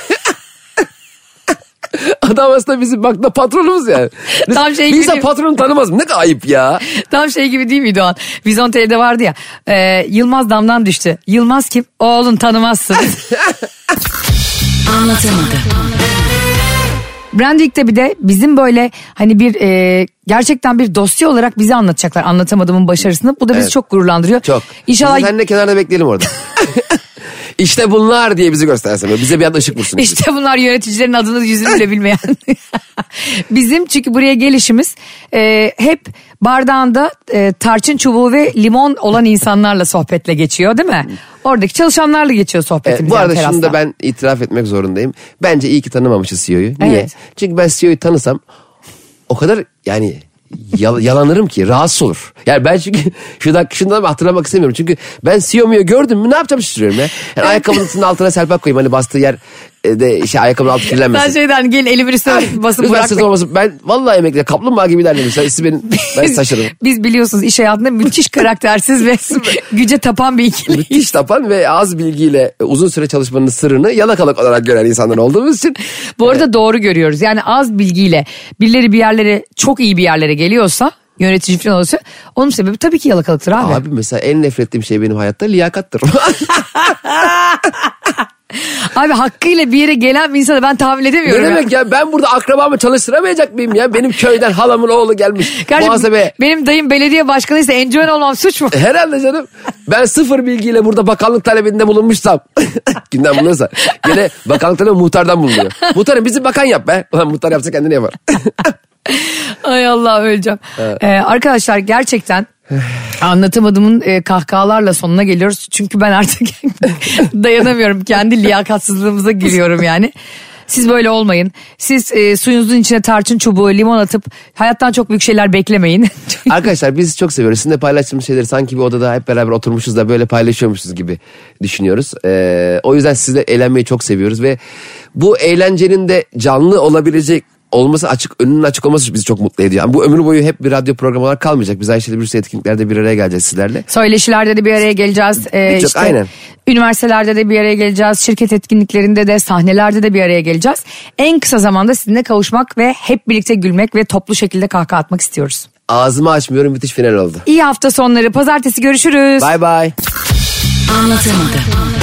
Adam aslında bizim bak da patronumuz yani. Tam şey biz de gibi, patronu tanımaz mı? Ne kadar ayıp ya. Tam şey gibi değil miydi o an? Vizontele'de vardı ya. Yılmaz damdan düştü. Yılmaz kim? Oğlun tanımazsın. Anlatamadım. Brandwick'te bir de bizim böyle hani bir gerçekten bir dosya olarak bize anlatacaklar Anlatamadım'ın başarısını. Bu da bizi çok gururlandırıyor. Çok. İnşallah. Biz seninle kenarda bekleyelim orada. İşte bunlar diye bizi göstersen. Bize bir anda ışık vursun. İşte bunlar yöneticilerin adını yüzünü bile bilmeyen. Bizim çünkü buraya gelişimiz hep bardağında tarçın çubuğu ve limon olan insanlarla sohbetle geçiyor değil mi? Oradaki çalışanlarla geçiyor sohbetimiz. Bu arada şunu da ben itiraf etmek zorundayım. Bence iyi ki tanımamışız CEO'yu. Niye? Evet. Çünkü ben CEO'yu tanısam o kadar yani yalanırım ki rahatsız olur. Yani ben çünkü şundan hatırlamak istemiyorum. Çünkü ben CEO'yu gördüm mü ne yapacağım şaşırıyorum ya. Yani ayakkabının altına selpak koyayım hani bastığı yer de ayakkabının altı kirlenmesin. Ben şeyden gelin elimi üstüne basıp bırakmayın. Ben vallahi emekli kaplumbağa gibi ilerledim. Ben şaşırırım. Biz biliyorsunuz iş hayatında müthiş karaktersiz ve güce tapan bir ikiliyiz. Müthiş tapan ve az bilgiyle uzun süre çalışmanın sırrını yalakalık olarak gören insanlar olduğumuz için. Bu arada doğru görüyoruz. Yani az bilgiyle birileri bir yerlere çok iyi bir yerlere geliyorsa, yönetici falan olursa onun sebebi tabii ki yalakalıktır abi. Abi mesela en nefret ettiğim şey benim hayatta liyakattır. Abi hakkıyla bir yere gelen bir insana ben tahammül edemiyorum. Ne demek ya, ben burada akrabamı çalıştıramayacak mıyım ya? Benim köyden halamın oğlu gelmiş. Muhasebe. Benim dayım belediye başkanıysa encümen olmam suç mu? Herhalde canım. Ben sıfır bilgiyle burada bakanlık talebinde bulunmuşsam. Kimden bulunursa. Gene bakanlık talebi muhtardan bulunuyor. Muhtarım bizi bakan yap be. Ulan muhtar yapsa kendini yapar. Ay Allah öleceğim. Evet. Arkadaşlar gerçekten Anlatamadım'ın kahkahalarla sonuna geliyoruz. Çünkü ben artık dayanamıyorum. Kendi liyakatsızlığımıza giriyorum yani. Siz böyle olmayın. Siz suyunuzun içine tarçın çubuğu, limon atıp hayattan çok büyük şeyler beklemeyin. Arkadaşlar biz çok seviyoruz. Sizinle paylaştığımız şeyleri sanki bir odada hep beraber oturmuşuz da böyle paylaşıyormuşuz gibi düşünüyoruz. O yüzden sizle eğlenmeyi çok seviyoruz ve bu eğlencenin de canlı olabilecek olması, önünün açık olması bizi çok mutlu ediyor. Yani bu ömür boyu hep bir radyo programı olarak kalmayacak. Biz Ayşe'yle bir sürü etkinliklerde bir araya geleceğiz sizlerle. Söyleşilerde de bir araya geleceğiz. Çok, aynen. Üniversitelerde de bir araya geleceğiz. Şirket etkinliklerinde de, sahnelerde de bir araya geleceğiz. En kısa zamanda sizinle kavuşmak ve hep birlikte gülmek ve toplu şekilde kahkaha atmak istiyoruz. Ağzımı açmıyorum, müthiş final oldu. İyi hafta sonları. Pazartesi görüşürüz. Bye bye. Anlatamadım.